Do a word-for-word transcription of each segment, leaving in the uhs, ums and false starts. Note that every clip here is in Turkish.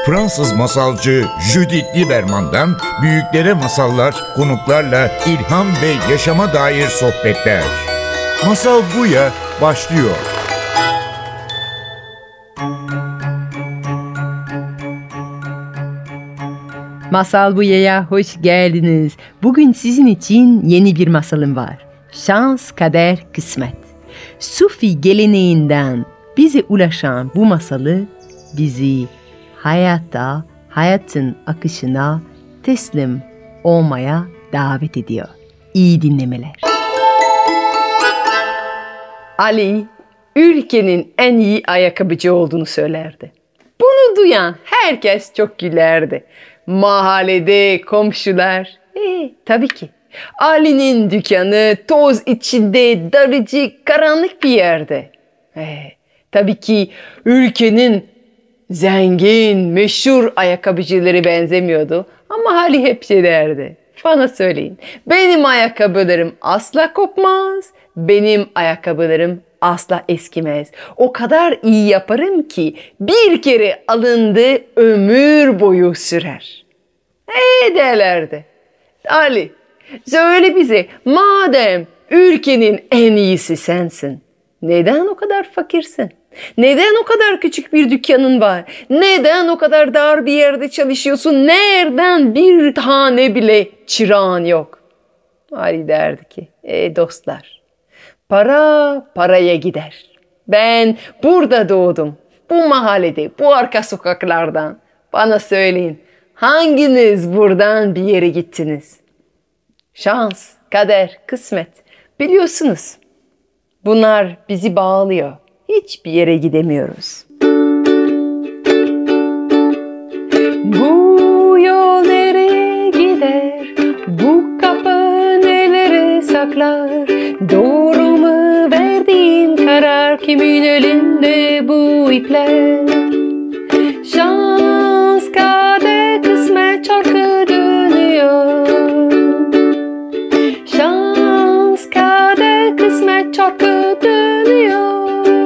Fransız masalcı Judith Lieberman'dan büyüklere masallar, konuklarla ilham ve yaşama dair sohbetler. Masal Buya başlıyor. Masal Buya'ya hoş geldiniz. Bugün sizin için yeni bir masalım var. Şans, kader, kısmet. Sufi geleneğinden bize ulaşan bu masalı bizi hayatta, hayatın akışına teslim olmaya davet ediyor. İyi dinlemeler. Ali, ülkenin en iyi ayakkabıcı olduğunu söylerdi. Bunu duyan herkes çok gülerdi. Mahallede komşular, e, tabii ki. Ali'nin dükkanı toz içinde darıcık karanlık bir yerde. E, tabii ki ülkenin zengin, meşhur ayakkabıcıları benzemiyordu. Ama Ali hep şey derdi. Bana söyleyin, benim ayakkabılarım asla kopmaz, benim ayakkabılarım asla eskimez. O kadar iyi yaparım ki bir kere alındı ömür boyu sürer. Eee derlerdi. Ali, söyle bize, madem ülkenin en iyisi sensin, neden o kadar fakirsin? Neden o kadar küçük bir dükkanın var? Neden o kadar dar bir yerde çalışıyorsun? Nereden bir tane bile çırağın yok? Ali derdi ki, e dostlar, para paraya gider. Ben burada doğdum. Bu mahallede, bu arka sokaklardan. Bana söyleyin, hanginiz buradan bir yere gittiniz? Şans, kader, kısmet. Biliyorsunuz, bunlar bizi bağlıyor. Hiçbir yere gidemiyoruz. Bu yol nereye gider? Bu kapı nelere saklar? Doğru mu verdiğin karar? Kimin elinde bu ipler? Şans, kader, kısmet çarkı dönüyor. Şans, kader, kısmet çarkı dönüyor.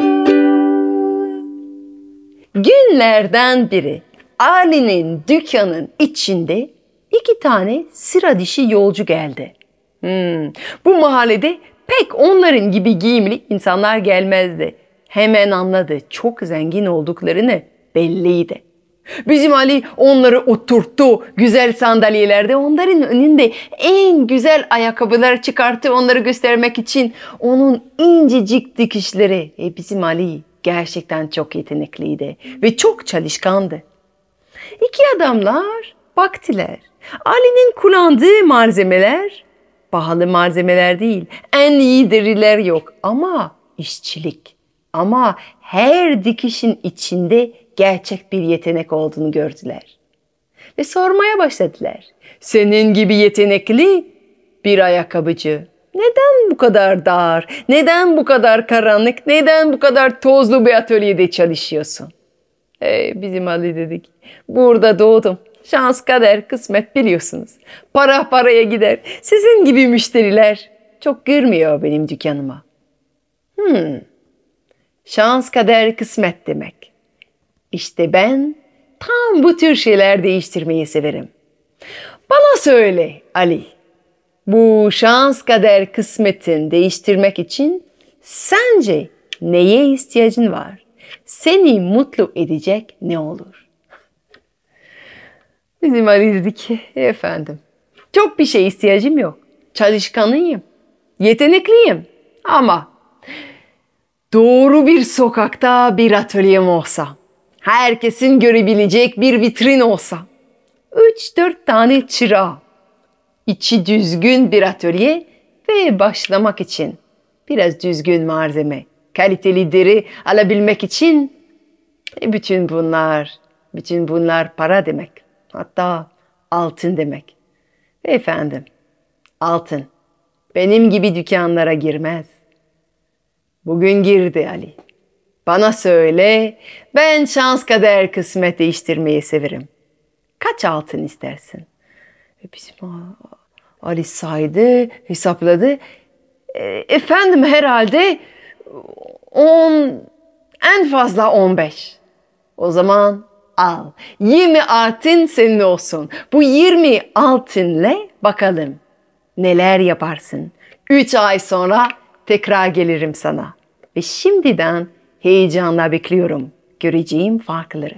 Günlerden biri Ali'nin dükkanın içinde iki tane sıra dışı yolcu geldi. Hmm, bu mahallede pek onların gibi giyimli insanlar gelmezdi. Hemen anladı, çok zengin olduklarını belliydi. Bizim Ali onları oturttu güzel sandalyelerde, onların önünde en güzel ayakkabılar çıkarttı onları göstermek için. Onun incecik dikişleri. E bizim Ali gerçekten çok yetenekliydi ve çok çalışkandı. İki adamlar baktılar. Ali'nin kullandığı malzemeler pahalı malzemeler değil. En iyi deriler yok ama işçilik. Ama her dikişin içinde gerçek bir yetenek olduğunu gördüler. Ve sormaya başladılar. Senin gibi yetenekli bir ayakkabıcı neden bu kadar dar, neden bu kadar karanlık, neden bu kadar tozlu bir atölyede çalışıyorsun? Ee, bizim Ali dedik, burada doğdum. Şans, kader, kısmet biliyorsunuz. Para paraya gider. Sizin gibi müşteriler çok girmiyor benim dükkanıma. Hmm. Şans, kader, kısmet demek. İşte ben tam bu tür şeyler değiştirmeyi severim. Bana söyle Ali. Bu şans, kader, kısmetin değiştirmek için sence neye ihtiyacın var? Seni mutlu edecek ne olur? Bizim Ali dedi ki, efendim, çok bir şey ihtiyacım yok. Çalışkanıyım, yetenekliyim ama doğru bir sokakta bir atölyem olsa, herkesin görebilecek bir vitrin olsa, üç dört tane çırağı, içi düzgün bir atölye ve başlamak için biraz düzgün malzeme, kaliteli deri alabilmek için e bütün bunlar, bütün bunlar para demek. Hatta altın demek. Efendim, altın benim gibi dükkanlara girmez. Bugün girdi Ali. Bana söyle, ben şans, kader, kısmet değiştirmeyi severim. Kaç altın istersin? Bizim Ali saydı, hesapladı. E, efendim herhalde on, en fazla on beş. O zaman al. yirmi altın senin olsun. Bu yirmi altınla bakalım neler yaparsın. üç ay sonra tekrar gelirim sana. Ve şimdiden heyecanla bekliyorum göreceğim farkları.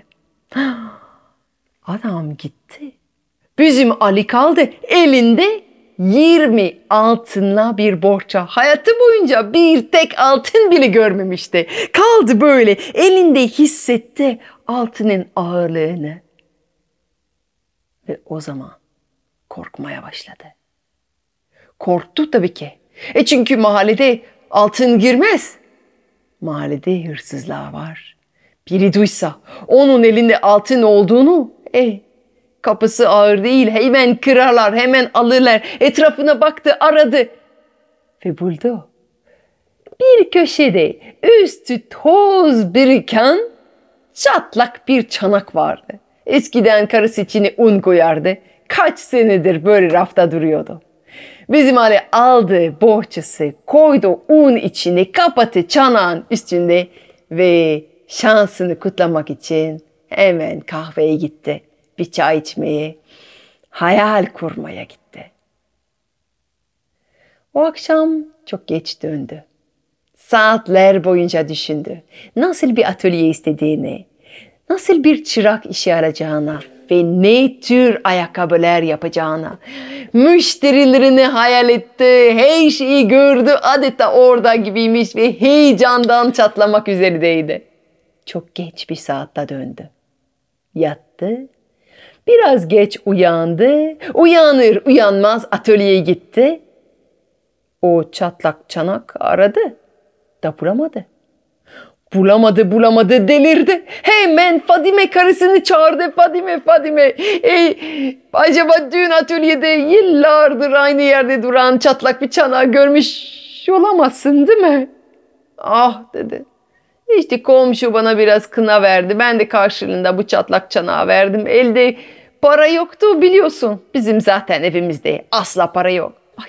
Adam gitti. Bizim Ali kaldı elinde yirmi altınla bir borça. Hayatı boyunca bir tek altın bile görmemişti. Kaldı böyle elinde, hissetti altının ağırlığını. Ve o zaman korkmaya başladı. Korktu tabii ki. E çünkü mahallede altın girmez. Mahallede hırsızlar var. Biri duysa onun elinde altın olduğunu, e kapısı ağır değil, hemen kırarlar, hemen alırlar. Etrafına baktı, aradı ve buldu. Bir köşede üstü toz biriken çatlak bir çanak vardı. Eskiden karısı içine un koyardı. Kaç senedir böyle rafta duruyordu. Bizim Ali aldı bohçası, koydu un içine, kapattı çanağın üstünde ve şansını kutlamak için hemen kahveye gitti. Bir çay içmeye, hayal kurmaya gitti. O akşam çok geç döndü. Saatler boyunca düşündü. Nasıl bir atölye istediğini, nasıl bir çırak işi arayacağına ve ne tür ayakkabılar yapacağına. Müşterilerini hayal etti, her şeyi gördü, adeta orada gibiymiş ve heyecandan çatlamak üzerindeydi. Çok geç bir saatte döndü. Yattı. Biraz geç uyandı. Uyanır uyanmaz atölyeye gitti. O çatlak çanak aradı da bulamadı. Bulamadı bulamadı delirdi. Hemen Fadime karısını çağırdı. Fadime Fadime. E, acaba dün atölyede yıllardır aynı yerde duran çatlak bir çanağı görmüş olamazsın değil mi? Ah dedi. İşte komşu bana biraz kına verdi. Ben de karşılığında bu çatlak çanağı verdim. Elde para yoktu biliyorsun. Bizim zaten evimizde asla para yok. Ay.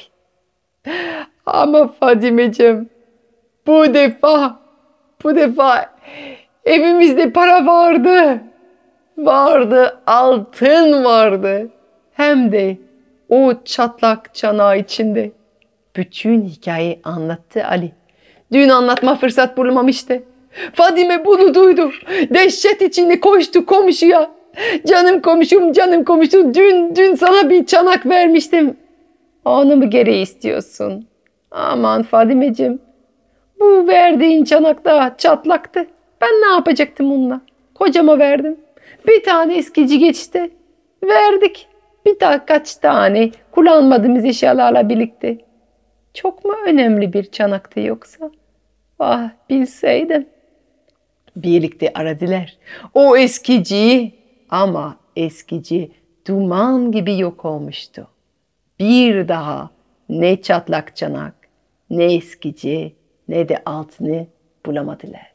Ama Fadimeciğim bu defa bu defa evimizde para vardı. Vardı, altın vardı. Hem de o çatlak çanağı içinde. Bütün hikayeyi anlattı Ali. Dün anlatma fırsat bulamamıştı. Fadime bunu duydu. Dehşet içinde koştu komşuya. Canım komşum, canım komşum. Dün, dün sana bir çanak vermiştim. Onu mu geri istiyorsun? Aman Fadimeciğim. Bu verdiğin çanak da çatlaktı. Ben ne yapacaktım onunla? Kocama verdim. Bir tane eskici geçti. Verdik. Bir daha kaç tane kullanmadığımız eşyalarla birlikte. Çok mu önemli bir çanaktı yoksa? Ah bilseydim. Birlikte aradılar. O eskiciyi ama eskici duman gibi yok olmuştu. Bir daha ne çatlak çanak, ne eskici, ne de altını bulamadılar.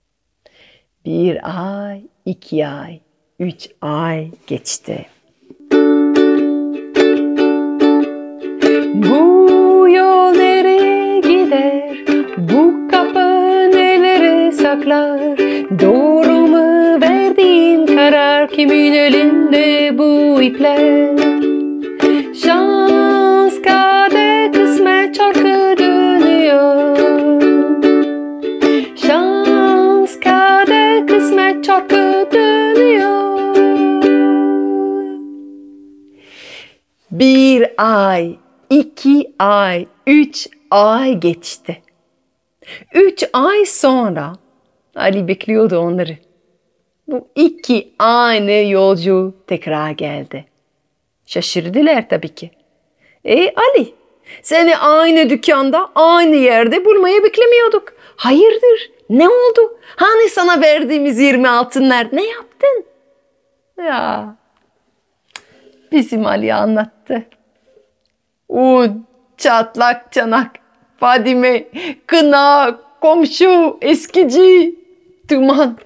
Bir ay, iki ay, üç ay geçti. Bu yol nereye gider? Bu kapı nelere saklar? Doğru mu verdiğin karar? Kimin elinde bu ipler? Şans, kader, kısmet çarkı dönüyor. Şans, kader, kısmet çarkı dönüyor. Bir ay, iki ay, üç ay geçti. Üç ay sonra Ali bekliyordu onları. Bu iki aynı yolcu tekrar geldi. Şaşırdılar tabii ki. E Ali, seni aynı dükkanda, aynı yerde bulmayı beklemiyorduk. Hayırdır? Ne oldu? Hani sana verdiğimiz yirmi altınlar ne yaptın? Ya, bizim Ali anlattı. Un, çatlak çanak, Fadime, kına, komşu, eskici, duman.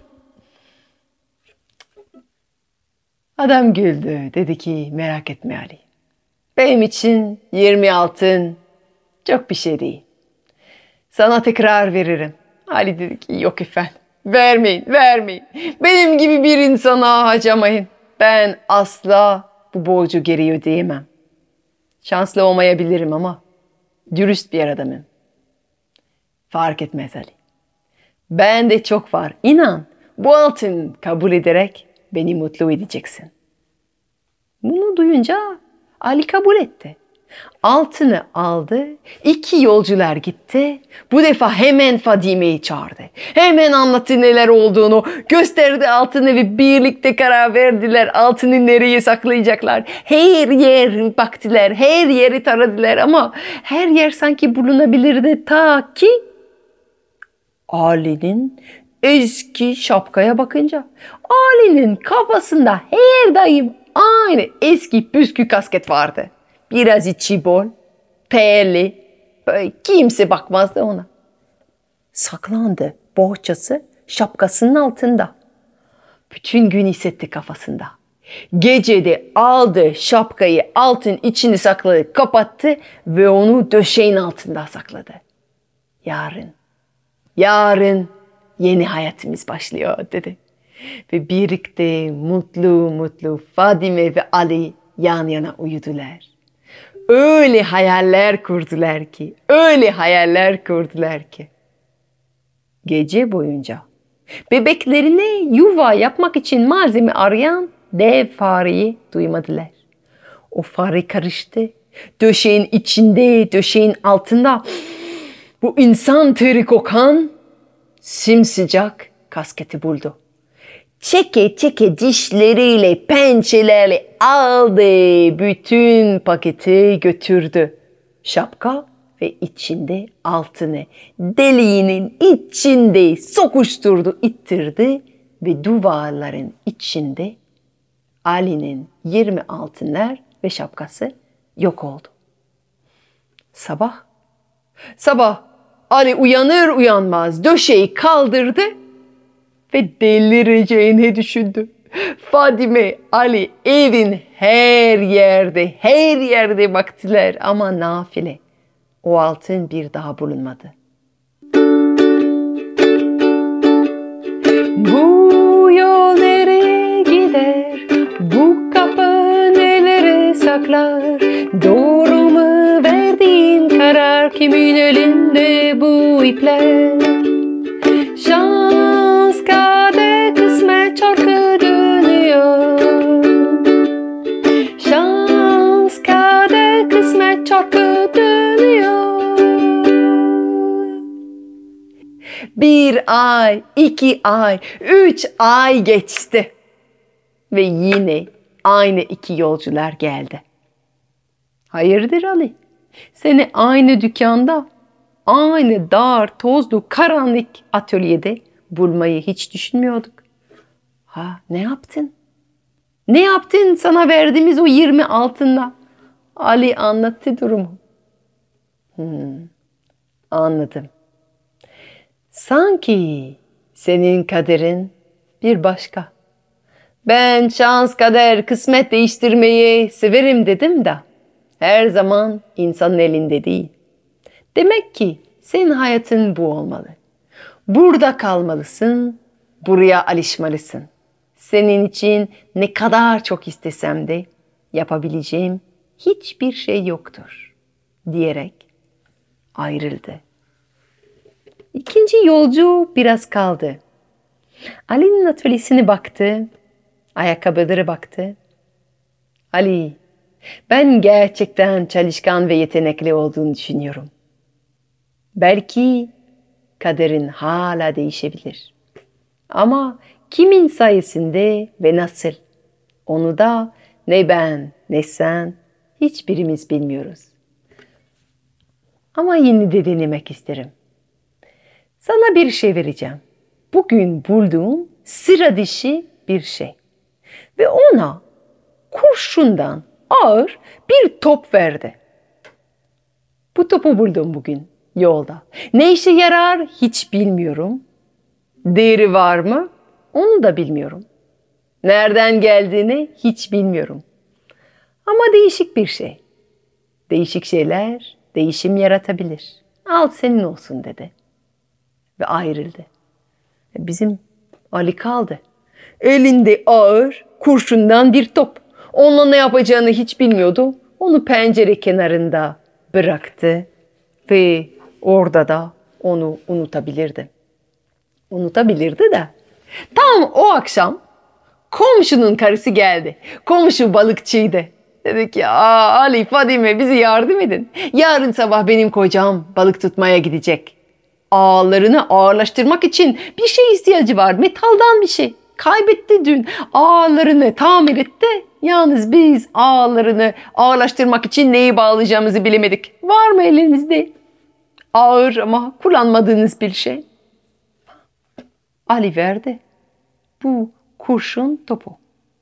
Adam güldü. Dedi ki merak etme Ali. Benim için yirmi altın çok bir şey değil. Sana tekrar veririm. Ali dedi ki yok efendim. Vermeyin, vermeyin. Benim gibi bir insana harcamayın. Ben asla bu borcu geri ödeyemem. Şanslı olmayabilirim ama dürüst bir adamım. Fark etmez Ali. Ben de çok var. İnan, bu altın kabul ederek beni mutlu edeceksin. Bunu duyunca Ali kabul etti. Altını aldı, iki yolcular gitti. Bu defa hemen Fadime'yi çağırdı. Hemen anlattı neler olduğunu, gösterdi altını ve birlikte karar verdiler altını nereye saklayacaklar. Her yer baktılar, her yeri taradılar ama her yer sanki bulunabilirdi ta ki Ali'nin eski şapkaya bakınca. Ali'nin kafasında her daim aynı eski püskü kasket vardı. Biraz içi bol, terli, böyle kimse bakmazdı ona. Saklandı bohçası şapkasının altında. Bütün gün hissetti kafasında. Gecede aldı şapkayı altın içini sakladı, kapattı ve onu döşeğin altında sakladı. Yarın, yarın yeni hayatımız başlıyor dedi. Ve birlikte mutlu mutlu Fadime ve Ali yan yana uyudular. Öyle hayaller kurdular ki, öyle hayaller kurdular ki. Gece boyunca bebeklerine yuva yapmak için malzeme arayan dev fareyi duymadılar. O fare karıştı. Döşeğin içinde, döşeğin altında bu insan teri kokan simsıcak kasketi buldu. Çeke çeke dişleriyle, pençelerle aldı. Bütün paketi götürdü. Şapka ve içinde altını deliğinin içinde sokuşturdu, ittirdi ve duvarların içinde Ali'nin yirmi altınlar ve şapkası yok oldu. Sabah, sabah Ali uyanır uyanmaz döşeği kaldırdı ve delireceğini düşündü. Fadime, Ali evin her yerde, her yerde baktılar ama nafile. O altın bir daha bulunmadı. Bu yol nereye gider? Bu kapı nelere saklar? Doğru mu verdiğin karar? Kimin elinde bu ipler? Şans, kader, kısmet çarkı dönüyor. Şans, kader, kısmet çarkı dönüyor. Bir ay, iki ay, üç ay geçti. Ve yine aynı iki yolcular geldi. Hayırdır Ali? Seni aynı dükkanda, aynı dar, tozlu, karanlık atölyede bulmayı hiç düşünmüyorduk. Ha, ne yaptın? Ne yaptın sana verdiğimiz o yirmi altınla? Ali anlattı durumu. Hmm, anladım. Sanki senin kaderin bir başka. Ben şans, kader, kısmet değiştirmeyi severim dedim de her zaman insanın elinde değil. Demek ki senin hayatın bu olmalı. Burada kalmalısın, buraya alışmalısın. Senin için ne kadar çok istesem de yapabileceğim hiçbir şey yoktur diyerek ayrıldı. İkinci yolcu biraz kaldı. Ali'nin atölyesine baktı, ayakkabıları baktı. Ali, ben gerçekten çalışkan ve yetenekli olduğunu düşünüyorum. Belki kaderin hala değişebilir. Ama kimin sayesinde ve nasıl? Onu da ne ben ne sen hiçbirimiz bilmiyoruz. Ama yine de denemek isterim. Sana bir şey vereceğim. Bugün bulduğum sıra dışı bir şey. Ve ona kurşundan ağır bir top verdi. Bu topu buldum bugün yolda. Ne işe yarar hiç bilmiyorum. Değeri var mı? Onu da bilmiyorum. Nereden geldiğini hiç bilmiyorum. Ama değişik bir şey. Değişik şeyler değişim yaratabilir. Al senin olsun dedi. Ve ayrıldı. Bizim Ali kaldı. Elinde ağır, kurşundan bir top. Onunla ne yapacağını hiç bilmiyordu. Onu pencere kenarında bıraktı ve orada da onu unutabilirdi. Unutabilirdi de. Tam o akşam komşunun karısı geldi. Komşu balıkçıydı. Dedi ki, aa, Ali, Fadime, bizi yardım edin. Yarın sabah benim kocam balık tutmaya gidecek. Ağlarını ağırlaştırmak için bir şey ihtiyacı var. Metaldan bir şey. Kaybetti dün. Ağlarını tamir etti. Yalnız biz ağlarını ağırlaştırmak için neyi bağlayacağımızı bilemedik. Var mı elinizde ağır ama kullanmadığınız bir şey? Ali verdi. Bu kurşun topu.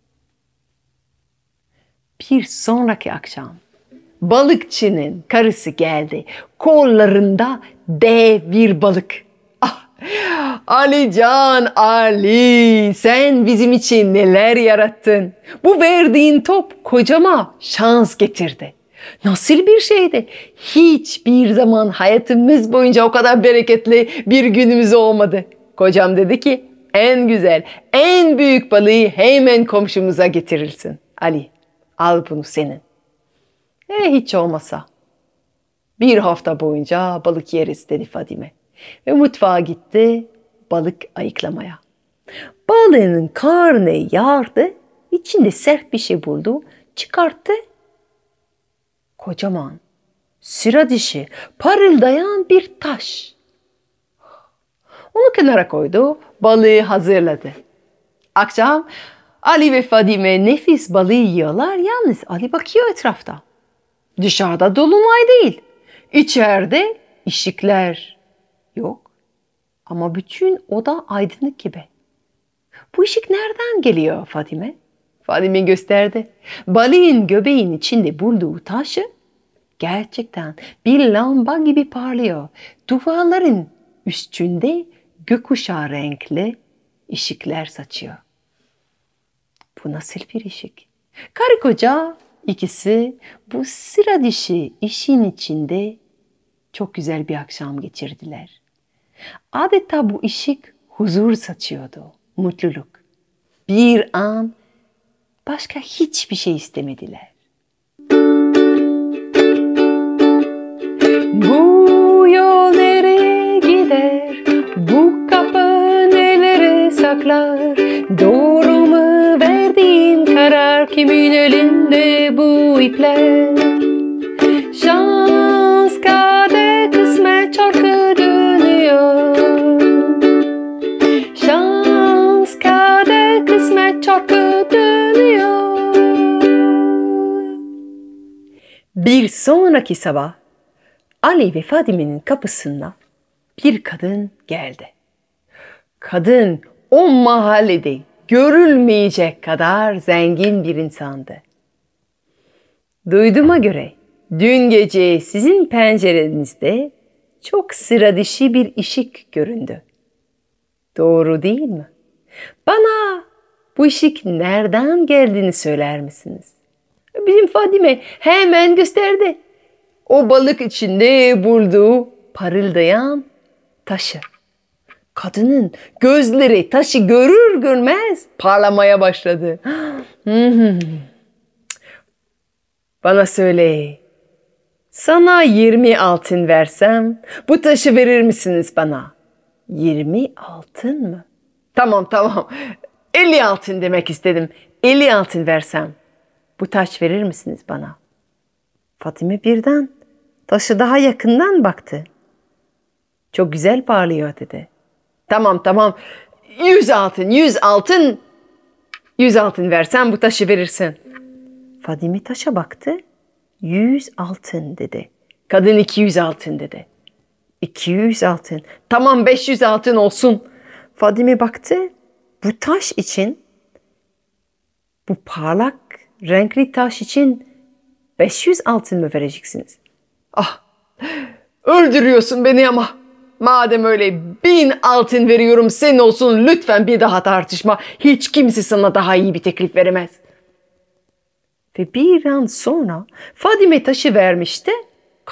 Bir sonraki akşam balıkçının karısı geldi. Kollarında dev bir balık. Ah, Ali Can, Ali, sen bizim için neler yarattın. Bu verdiğin top kocama şans getirdi. Nasıl bir şeydi? Hiçbir zaman hayatımız boyunca o kadar bereketli bir günümüz olmadı. Kocam dedi ki, en güzel, en büyük balığı hemen komşumuza getirilsin. Ali, al bunu senin. E hiç olmasa bir hafta boyunca balık yeriz dedi Fadime. Ve mutfağa gitti balık ayıklamaya. Balığının karnı yardı, içinde sert bir şey buldu, çıkarttı. Kocaman, sıra dişi, parıldayan bir taş. Onu kenara koydu, balığı hazırladı. Akşam Ali ve Fadime nefis balığı yiyorlar, yalnız Ali bakıyor etrafta. Dışarıda dolunay değil, içeride ışıklar yok ama bütün oda aydınlık gibi. Bu ışık nereden geliyor Fadime? Fadime gösterdi. Balığın göbeğin içinde bulduğu taşı gerçekten bir lamba gibi parlıyor. Duvarların üstünde gökkuşağı renkli ışıklar saçıyor. Bu nasıl bir ışık? Karı koca ikisi bu sıra dışı işin içinde çok güzel bir akşam geçirdiler. Adeta bu ışık huzur saçıyordu, mutluluk. Bir an başka hiçbir şey istemediler. Bu yol nereye gider? Bu kapı nelere saklar? Doğru mu verdiğin karar? Kimin elinde bu ipler? Şans, kader, kısmet çarkı dönüyor. Şans, kader, kısmet çarkı dönüyor. Bir sonraki sabah Ali ve Fadime'nin kapısına bir kadın geldi. Kadın o mahallede görülmeyecek kadar zengin bir insandı. Duyduğuma göre dün gece sizin pencerenizde çok sıra dışı bir ışık göründü. Doğru değil mi? Bana bu ışık nereden geldiğini söyler misiniz? Bizim Fadime hemen gösterdi. O balık içinde bulduğu parıldayan taşı. Kadının gözleri taşı görür görmez parlamaya başladı. Bana söyle, sana yirmi altın versem bu taşı verir misiniz bana? Yirmi altın mı? Tamam tamam, elli altın demek istedim. Elli altın versem bu taş verir misiniz bana? Fatime birden taşı daha yakından baktı. Çok güzel parlıyor dedi. Tamam tamam, yüz altın, yüz altın, yüz altın versen bu taşı verirsin. Fadime taşa baktı, yüz altın dedi. Kadın iki yüz altın dedi. iki yüz altın, tamam beş yüz altın olsun. Fadime baktı, bu taş için, bu parlak renkli taş için beş yüz altın mı vereceksiniz? Ah, öldürüyorsun beni ama. Madem öyle bin altın veriyorum senin olsun, lütfen bir daha tartışma. Hiç kimse sana daha iyi bir teklif veremez. Ve bir an sonra Fadime taşı vermişti.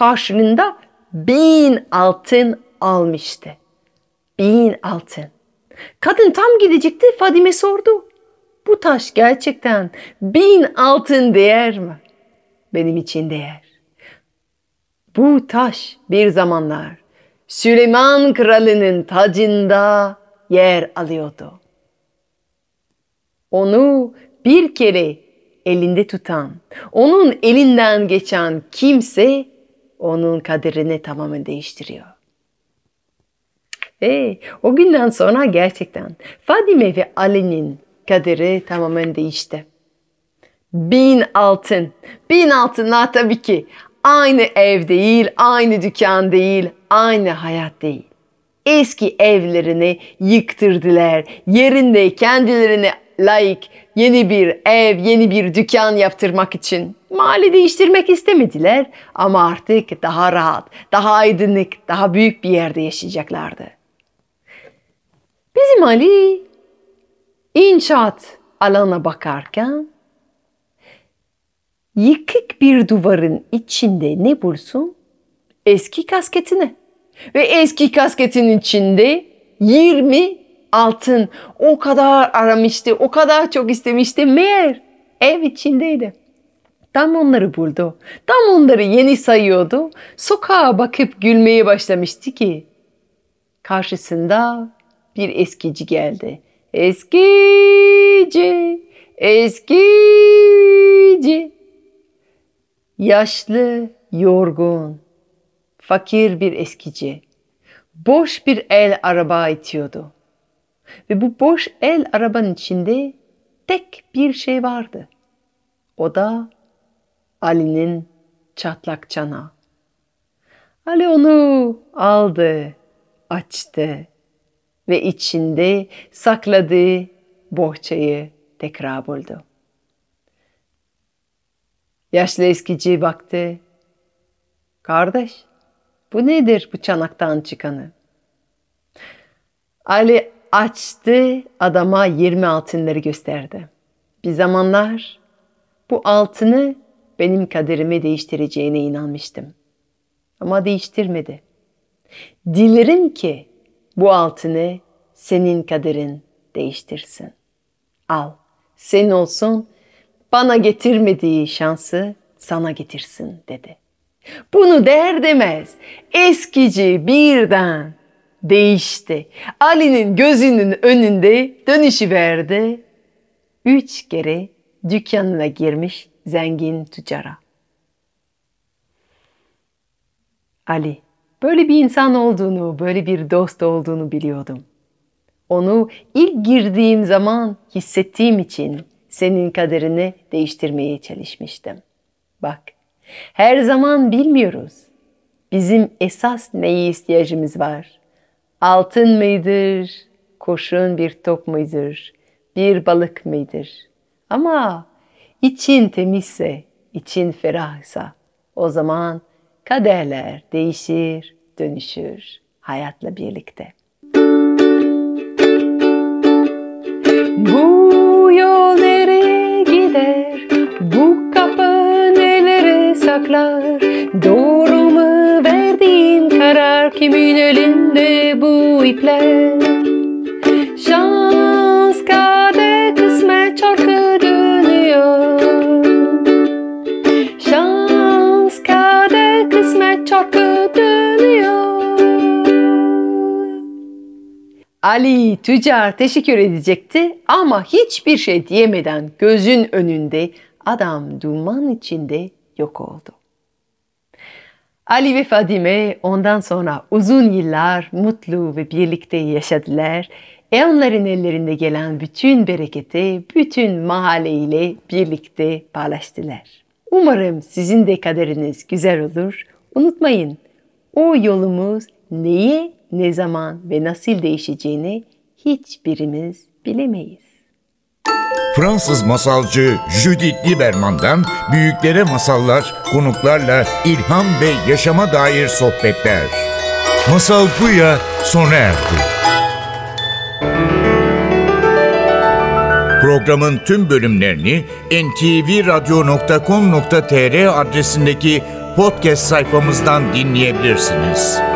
Karşılığında bin altın almıştı. Bin altın. Kadın tam gidecekti, Fadime sordu. Bu taş gerçekten bin altın değer mi? Benim için değer. Bu taş bir zamanlar Süleyman Kralı'nın tacında yer alıyordu. Onu bir kere elinde tutan, onun elinden geçen kimse onun kaderini tamamen değiştiriyor. Ve o günden sonra gerçekten Fadime ve Ali'nin kaderi tamamen değişti. Bin altın, bin altınlar tabii ki aynı ev değil, aynı dükkan değil, aynı hayat değil. Eski evlerini yıktırdılar, yerinde kendilerine layık yeni bir ev, yeni bir dükkan yaptırmak için. Mahalle değiştirmek istemediler ama artık daha rahat, daha aydınlık, daha büyük bir yerde yaşayacaklardı. Bizim Ali inşaat alanına bakarken yıkık bir duvarın içinde ne bulsun? Eski kasketini. Ve eski kasketin içinde yirmi altın. O kadar aramıştı, o kadar çok istemişti. Meğer ev içindeydi. Tam onları buldu. Tam onları yeni sayıyordu. Sokağa bakıp gülmeye başlamıştı ki karşısında bir eskici geldi. Eskici, eskici. Yaşlı, yorgun, fakir bir eskici. Boş bir el araba itiyordu. Ve bu boş el arabanın içinde tek bir şey vardı. O da Ali'nin çatlak çanağı. Ali onu aldı, açtı ve içinde sakladığı bohçayı tekrar buldu. Yaşlı eskici baktı. Kardeş, bu nedir bu çanaktan çıkanı? Ali açtı, adama yirmi altınları gösterdi. Bir zamanlar bu altını benim kaderimi değiştireceğine inanmıştım. Ama değiştirmedi. Dilerim ki bu altını senin kaderin değiştirsin. Al, senin olsun, bana getirmediği şansı sana getirsin dedi. Bunu der demez eskici birden değişti. Ali'nin gözünün önünde dönüşüverdi. Üç kere dükkanına girmiş zengin tüccara. Ali, böyle bir insan olduğunu, böyle bir dost olduğunu biliyordum. Onu ilk girdiğim zaman hissettiğim için senin kaderini değiştirmeye çalışmıştım. Bak, her zaman bilmiyoruz. Bizim esas neye ihtiyacımız var? Altın mıdır? Kurşun bir top mudur? Bir balık mıdır? Ama için temizse, için ferahsa o zaman kaderler değişir, dönüşür hayatla birlikte. Bu yol nereye gider? Bu kapı nelere saklar? Doğru mu verdiğim karar? Kimin elinde bu ipler? Şans, kader, kısmet çarkı dönüyor. Şans, kader, kısmet çarkı dönüyor. Ali tüccar teşekkür edecekti ama hiçbir şey diyemeden gözün önünde adam duman içinde yok oldu. Ali ve Fadime ondan sonra uzun yıllar mutlu ve birlikte yaşadılar. E onların ellerinde gelen bütün bereketi bütün mahalleyle birlikte paylaştılar. Umarım sizin de kaderiniz güzel olur. Unutmayın, o yolumuz neye, ne zaman ve nasıl değişeceğini hiçbirimiz bilemeyiz. Fransız masalcı Judith Lieberman'dan büyüklere masallar, konuklarla ilham ve yaşama dair sohbetler. Masal Buya sona erdi. Programın tüm bölümlerini en te ve radyo nokta com nokta tr adresindeki podcast sayfamızdan dinleyebilirsiniz.